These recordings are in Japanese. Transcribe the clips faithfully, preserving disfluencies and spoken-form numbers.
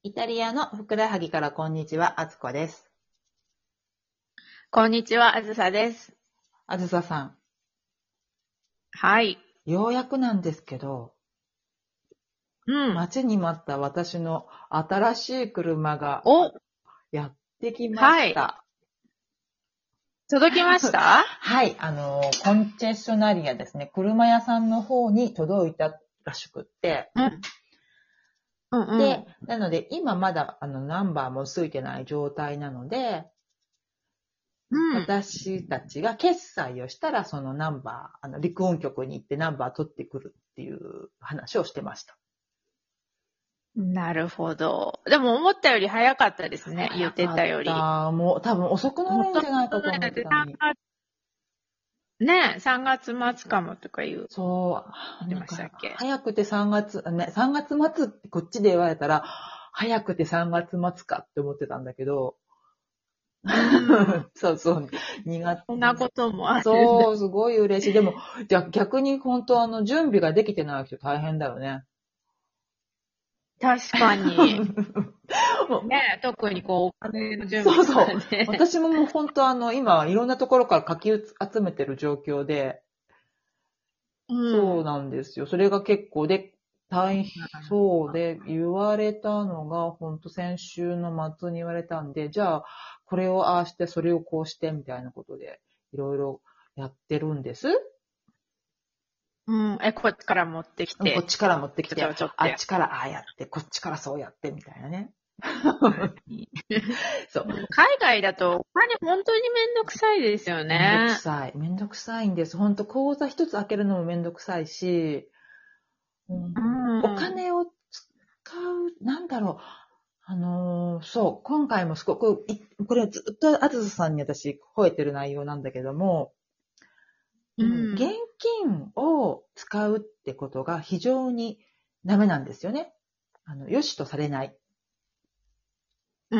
イタリアのふくらはぎからこんにちは、あつこです。 こんにちは、あずさです。 あずささん。 はい。 ようやくなんですけど、 うん。 待ちに待った私の新しい車がお、 やってきまはい。 した。 届きました？ はい、あの、コンチェッショナリアですね。車屋さんの方に届いたらしくって。 うん。うんうん。 で、なので今まだあのナンバーもついてない状態なので、 うん。 私たちが決済をしたらそのナンバー、あの陸運局に行ってナンバー取ってくるっていう話をしてました。 なるほど。でも思ったより早かったですね、言って早かったより。 た。もう多分遅くなるんもともじゃないかととね、 思ってたの 3 に。 月、ね、さんがつ末かもとか言っそう、 てましたっなんか、 け？ 早くてさんがつ、ね、さんがつ末ってこっちで言われたら、早くてさんがつ末かって思ってたんだけど、 うん。 そうそう、にがつ、 そんなこともあるんだ。 そう、すごい嬉しい。でも、じゃ逆に本当あの、準備ができてない人大変だよね。 確かに。 もうね、特にこう、お金の準備とそうそう。 かね。 私ももう本当あの、今いろんなところからかき集めてる状況で、 うそうん。 なんですよ。それが結構で、大変、そうで、言われたのが、本当先週の末に言われたんで、じゃあ、これをああして、それをこうして、みたいなことで、いろいろやってるんです。 うん。え、こっちから持ってきて、 こっちから持ってきて、 ちょちょちょって。 あっちからああやって、こっちからそうやって、みたいなね。そう。 海外だとお金本当にめんどくさいですよめんどくね。 さい。めんどくさいんです。本当口座一つ開けるのもめんどくさいし、うん、 うん。 お金を使う、なんだろう。あのーそう、今回もすごく、これはずっとあずささんに私吠えてる内容なんだけども、 ううん、現ん。 金を使うってことが非常にダメなんですよね。あの、良しとされない。 うん。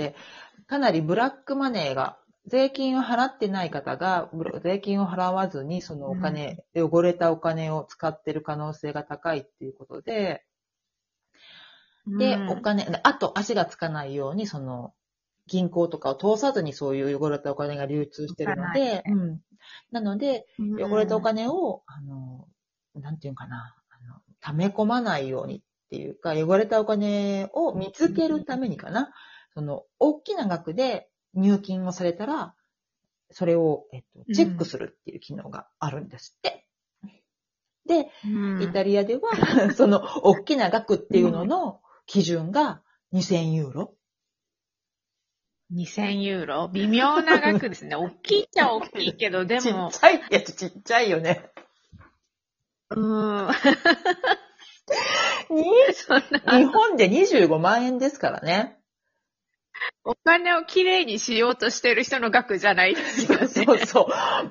なので、かなりブラックマネーが、税金を払ってない方が、税金を払わずに、そのお金、汚れたお金を使っている可能性が高いっていうことで、 うで、おん。 金、あと足がつかないように、その、銀行とかを通さずにそういう汚れたお金が流通してる行かない。 ので、うん。なので、 う汚れたおん。 金を、あの、なんていうかな、あの、溜め込まないようにっていうか、汚れたお金を見つけるためにかな、その、大きな額で入金をされたら、それを、えっと、チェックするっていう機能があるんですって。で、 うん。 イタリアでは、その、大きな額っていうのうん。 の基準がにせんユーロ。 にせんユーロ微妙な額ですね。大きいっちゃ大きいけど、でちっも、 ちゃいってやつちっちゃいよね。 うん。 にそん日な、 本でにじゅうごまん円ですからね。 お金をきれいにしようとしてる人の額じゃないですよそうね。 そうそう。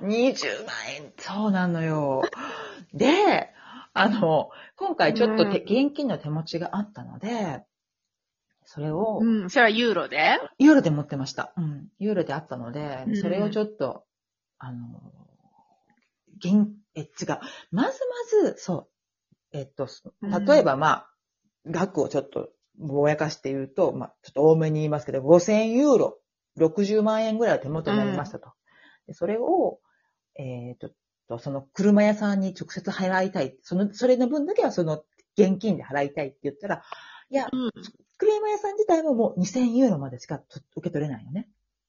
にじゅうまん円。そうなのよ。で、あの、今回ちょっとうん。 て現金の手持ちがあったので、それを、 うん。それはユーロで？ ユーロで持ってました。うん。ユーロであったので、 うそれをちん。 ょっと、あの、現、え、違う。まずまず、そう。えっと、 う例えばん。 まあ、額をちょっとぼやかして言うと、まあ、ちょっと多めに言いますけど、ごせんユーロ、ろくじゅうまん円ぐらいは手元になりましたと。でそれを、えっと、その車屋さんに直接払いたい。その、それの分だけはその現金で払いたいって言ったら、いや、 うん。 車屋さん自体ももうにせんユーロまでしか受け取れないよね。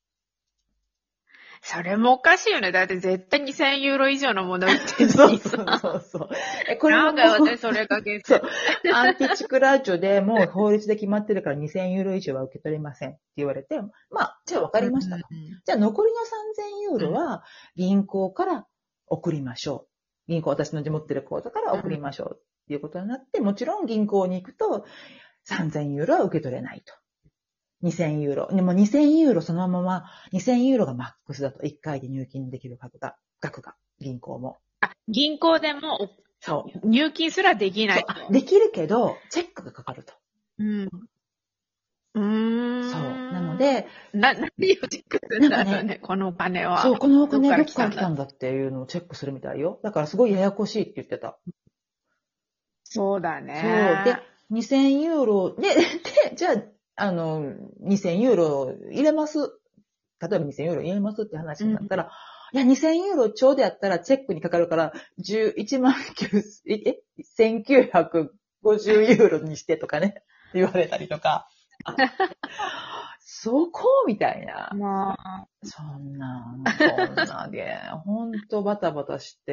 それもおかしいよね。だって絶対にせんユーロ以上のもの言ってんのそうにそうそさ。 うそう。え、これもなんもう、 か私それかけそう、 て。 アンティチクラーチョでもう法律で決まってるからにせんユーロ以上は受け取れませんって言われて、まあ、じゃあ分かりましたと。 うん。 じゃあ残りのさんぜんユーうん。 ロは銀行から送りましょう。銀行、私の持ってる口座から送りうん。 ましょうっていうことになって、もちろん銀行に行くとさんぜんユーロは受け取れないと。にせんユーロ。でもにせんユーロそのまま、にせんユーロがマックスだといっかいで入金できる額が、額が、銀行も。 あ、銀行でもそう。 入金すらできなそう。 いと。 できるけど、チェックがかかると。 うん。うそう。なーん。 ので、 な、何をチェックするんなんかね、 だろうね、このお金は。 そう、このおどっから金どっから来たんだ。 来たんだっていうのをチェックするみたいよ。だからすごいややこしいって言ってた。 そうだそう。で、 ね。 にせんユーロ、で、で、じゃあ、あの、にせんユーロ入れます。例えばにせんユーロ入れますって話になったら、うん、いや、にせんユーロちょうどやったらチェックにかかるから、じゅういちまんきゅう、え、せんきゅうひゃくごじゅうユーロにしてとかね、言われたりとか。そこみたいな。 まあ。 そんな、そんなで、ほんとバタバタして。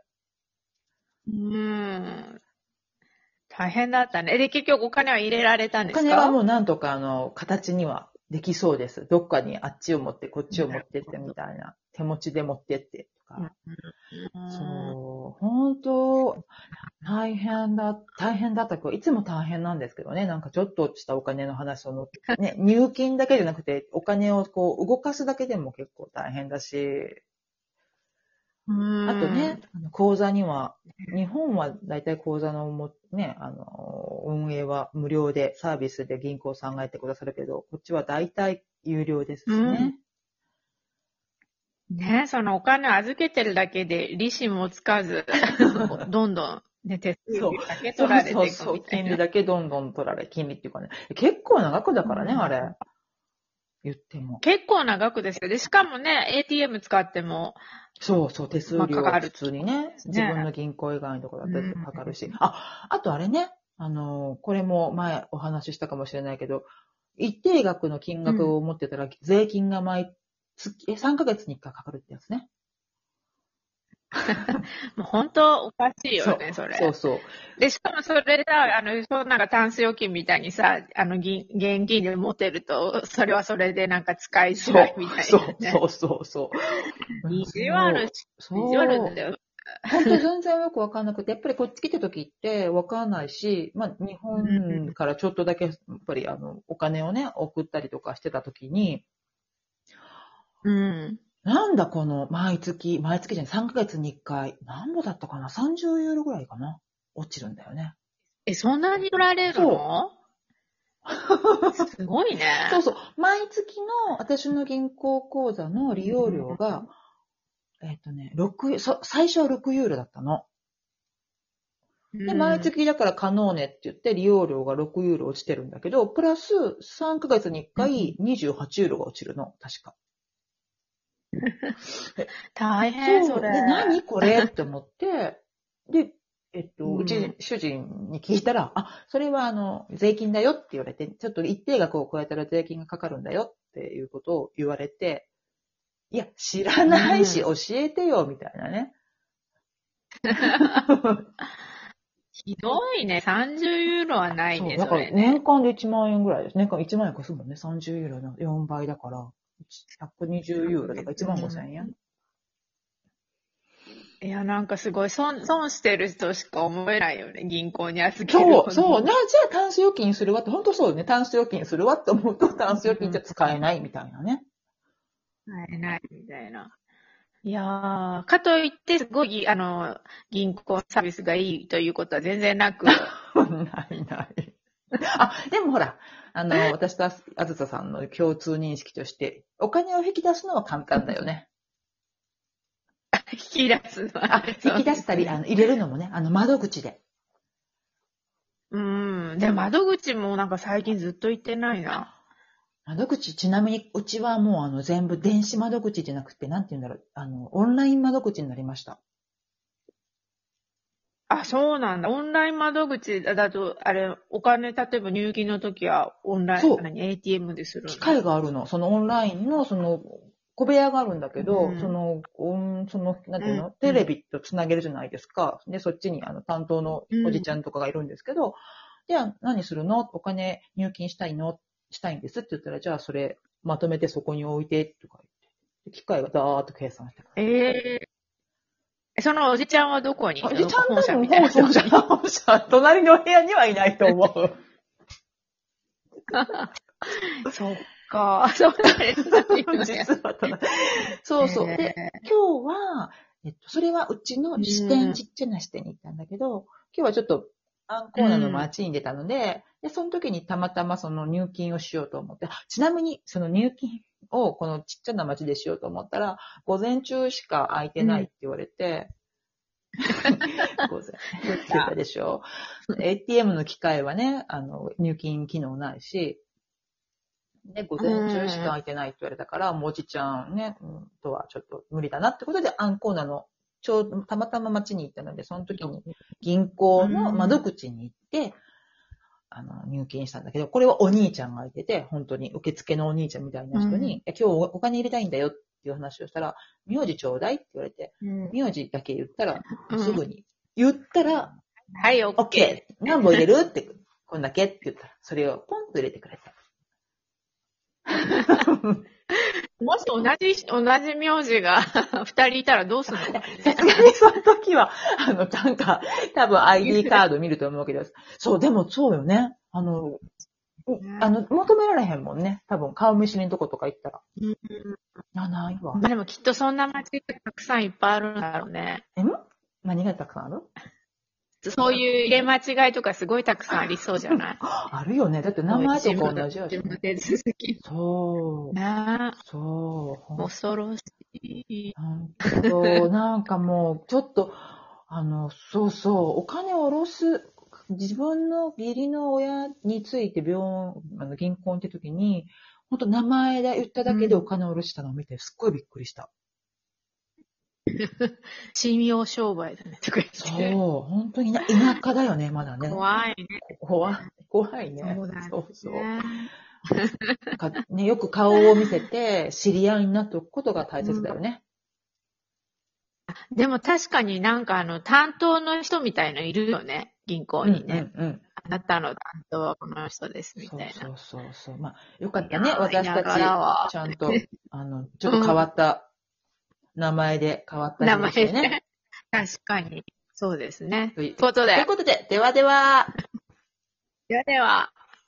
うーん。大変だったね。で、結局お金は入れられたんですか？ お金はもうなんとかあの、形にはできそうです。どっかにあっちを持って、こっちを持ってってみたいな。手持ちで持ってってとか。うん、そう、ほんと、大変だ、大変だったけど、いつも大変なんですけどね。なんかちょっとしたお金の話、その、ね、入金だけじゃなくて、お金をこう動かすだけでも結構大変だし、あとね、口座には、日本はだいたい口座のも、ね、あの、運営は無料で、サービスで銀行さんがやってくださるけど、こっちはだいたい有料ですしね。 うん、ね、そのお金を預けてるだけで利子もつかず、どんどん、ね、手数料だけ取られていくみたいな。そうそうそう、 金利だけどんどん取られ、金利っていうかね、結構な額だからね、うん、あれ。言っても。 結構な額ですよ。で、しかもね、エーティーエム 使っても、 そうそう、手数料が普通にね、自分の銀行以外のところだとかかるし。うん、あ、あとあれね、あの、これも前お話ししたかもしれないけど、一定額の金額を持ってたら、税金が毎月、え、さんかげつにいっかいかかるってやつね。 もう本当おかしいよね、それ。 そうそう。 で、しかもそれさ、あの、そうなんかタンス預金みたいにさ、あの、現金で持てると、それはそれでなんか使いづらいみたいな、ね。 そうそうそうそう。 意地悪し、意地悪だよ。 本当全然よくわかんなくて、やっぱりこっち来た時ってわかんないし、まあ日本からちょっとだけ、やっぱりあの、お金をね、送ったりとかしてた時に、 うん。 なんだこの毎月、毎月じゃない、さんかげつにいっかい、何ぼだったかな ?さんじゅうユーロぐらいかな落ちるんだよね。 え、そんなに取られるの？すごいね。 そうそう。毎月の私の銀行口座の利用料が、えっとね、ろく、最初はろくユーロだったの。で、毎月だから可能ねって言って利用料がろくユーロ落ちてるんだけど、プラスさんかげつにいっかいにじゅうはちユーロが落ちるの、確か。 大変、それ。 で、何これって思って、で、えっと、うん、うち主人に聞いたら、あ、それはあの、税金だよって言われて、ちょっと一定額を超えたら税金がかかるんだよっていうことを言われて、いや、知らないし、教えてよ、みたいなね。 ひどいね。さんじゅうユーロはないね。 そう、だから年間でいちまん円ぐらいです。年間いちまん円貸すもんね。さんじゅうユーロのよんばいだから、ひゃくにじゅうユーロだからいちまんごせんえん。 いや、なんかすごい、損、損してる人しか思えないよね。銀行に預ける。 そう、そう。じゃあ、タンス預金するわって、本当そうよね。タンス預金するわって思うと、タンス預金じゃ使えないみたいなね。 使えないみたいな。いやー、かといって、すごい、あの、銀行サービスがいいということは全然なく。 ないない。あ、でもほら、あの、私とあずささんの共通認識として、お金を引き出すのは簡単だよね。 引き出すのは、 あ、引き出したり、あの、入れるのもね、あの、窓口で。 うん。で、窓口もなんか最近ずっと行ってないな。 窓口、ちなみに、うちはもうあの、全部電子窓口じゃなくて、なんて言うんだろう、あの、オンライン窓口になりました。 あ、そうなんだ。オンライン窓口だと、あれ、お金、例えば入金の時はオンライン、 そう。 何、エーティーエム でするの？ 機械があるの。そのオンラインの、その、小部屋があるんだけど、 うん、 その、その、なんていうの、うん、テレビとつなげるじゃないですか。で、そっちにあの担当のおじちゃんとかがいるんですけど、うん、じゃあ何するの？お金入金したいの？したいんですって言ったら、じゃあそれまとめてそこに置いて、とか言って。機械がダーッと計算してくれる。 ええー。そのおじちゃんはどこに？ おじちゃん本社みたいな。 本社、本社、隣の部屋にはいないと思う。 そっか、そうです実はそうそう。えー、で、今日は、えっと、それはうちの支店、ちっちゃな支店に行ったんだけど、今日はちょっとアンコーナの街に出たので、うん、で、その時にたまたまその入金をしようと思って、ちなみにその入金をこのちっちゃな街でしようと思ったら、午前中しか空いてないって言われて、 午前。言ってたでしょ。エーティーエム の機械はね、あの、入金機能ないし、で、午前中しか空いてないって言われたから、もうおじちゃんね、うん、とはちょっと無理だなってことで、アンコーナの、ちょうどたまたま街に行ったので、その時に銀行の窓口に行って、あの、入金したんだけど、これはお兄ちゃんがいてて、本当に受付のお兄ちゃんみたいな人に、うん、今日お金入れたいんだよっていう話をしたら、名字ちょうだいって言われて、うん、名字だけ言ったら、すぐに、言ったら、 はい、オッケー。何本入れるって、こんだけって言ったら、それをポンと入れてくれた。 もし同じ、同じ名字が二人いたらどうするの？ さすがにその時は、あの、なんか、多分 アイディー カード見ると思うけど、そう、でもそうよね。あの、あの、求められへんもんね。多分、顔見知りのとことか行ったら。うん。あ、ないわ。 でもきっとそんな街がたくさんいっぱいあるんだろうね。 え？何がたくさんある？ そういう入れ間違いとかすごいたくさんありそうじゃない？ あるよね。だって名前とか同じやし、ね。 手続き。 そう。 なあ。 そう。 恐ろしい。 そう、なんかもう、ちょっと、あの、そうそう、お金を下ろす、自分の義理の親について病院、あの銀行に行った時に、本当名前で言っただけでお金を下ろしたのを見て、すっごいびっくりした。 信用商売だね。 そう、本当に田舎だよね、まだね。 怖いね。 怖い。怖いね。 そうだね。 そうそう。かね、よく顔を見せて知り合いになっておくことが大切だよね。 うん、でも確かになんかあの担当の人みたいのいるよね、銀行にね。うんうんうん、あなたの担当はこの人ですみたいな。 そうそうそうそう。まあ、よかったね、私たち。ちゃんと、あの、ちょっと変わった名前で変わったりしてね。名前で。 確かに。そうですね。ということで。 ということで、ではでは。 ではでは。